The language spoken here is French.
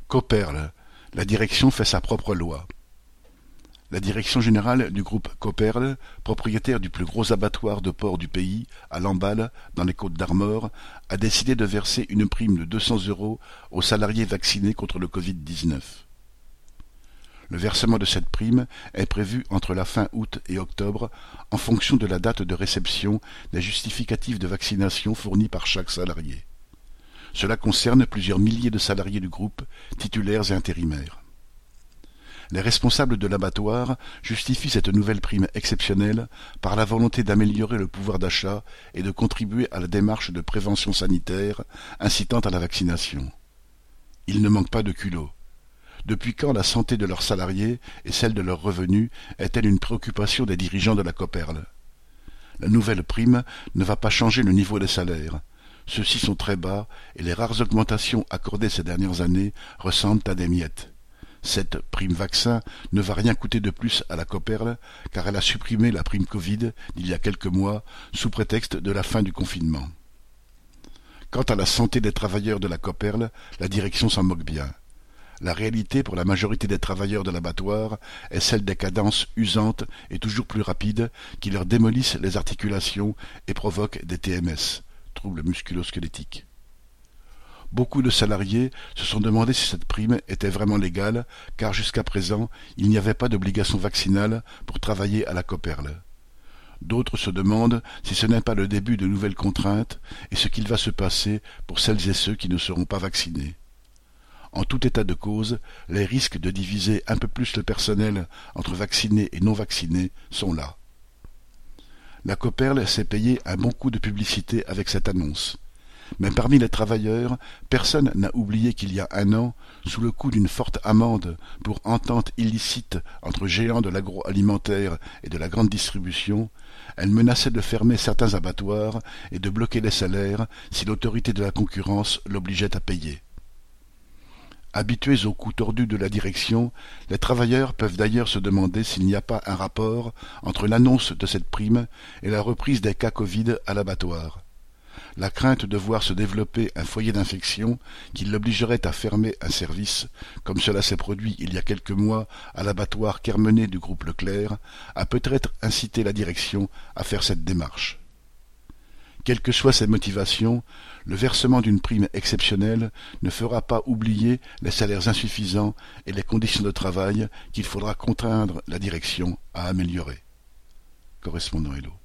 Coperle, la direction fait sa propre loi. La direction générale du groupe Coperle, propriétaire du plus gros abattoir de porc du pays, à Lamballe, dans les Côtes-d'Armor, a décidé de verser une prime de 200 € aux salariés vaccinés contre le Covid-19. Le versement de cette prime est prévu entre la fin août et octobre, en fonction de la date de réception des justificatifs de vaccination fournis par chaque salarié. Cela concerne plusieurs milliers de salariés du groupe, titulaires et intérimaires. Les responsables de l'abattoir justifient cette nouvelle prime exceptionnelle par la volonté d'améliorer le pouvoir d'achat et de contribuer à la démarche de prévention sanitaire incitant à la vaccination. Ils ne manquent pas de culot. Depuis quand la santé de leurs salariés et celle de leurs revenus est-elle une préoccupation des dirigeants de la Coperle? La nouvelle prime ne va pas changer le niveau des salaires. Ceux-ci sont très bas et les rares augmentations accordées ces dernières années ressemblent à des miettes. Cette prime vaccin ne va rien coûter de plus à la Coperle car elle a supprimé la prime Covid d'il y a quelques mois sous prétexte de la fin du confinement. Quant à la santé des travailleurs de la Coperle, la direction s'en moque bien. La réalité pour la majorité des travailleurs de l'abattoir est celle des cadences usantes et toujours plus rapides qui leur démolissent les articulations et provoquent des TMS. Troubles musculo-squelettiques. Beaucoup de salariés se sont demandé si cette prime était vraiment légale, car jusqu'à présent, il n'y avait pas d'obligation vaccinale pour travailler à la Coperle. D'autres se demandent si ce n'est pas le début de nouvelles contraintes et ce qu'il va se passer pour celles et ceux qui ne seront pas vaccinés. En tout état de cause, les risques de diviser un peu plus le personnel entre vaccinés et non vaccinés sont là. La Coperle s'est payé un bon coup de publicité avec cette annonce. Mais parmi les travailleurs, personne n'a oublié qu'il y a un an, sous le coup d'une forte amende pour entente illicite entre géants de l'agroalimentaire et de la grande distribution, elle menaçait de fermer certains abattoirs et de bloquer les salaires si l'autorité de la concurrence l'obligeait à payer. Habitués au coup tordu de la direction, les travailleurs peuvent d'ailleurs se demander s'il n'y a pas un rapport entre l'annonce de cette prime et la reprise des cas Covid à l'abattoir. La crainte de voir se développer un foyer d'infection qui l'obligerait à fermer un service, comme cela s'est produit il y a quelques mois à l'abattoir Kermenay du groupe Leclerc, a peut-être incité la direction à faire cette démarche. Quelles que soient ses motivations, le versement d'une prime exceptionnelle ne fera pas oublier les salaires insuffisants et les conditions de travail qu'il faudra contraindre la direction à améliorer. Correspondant Hello.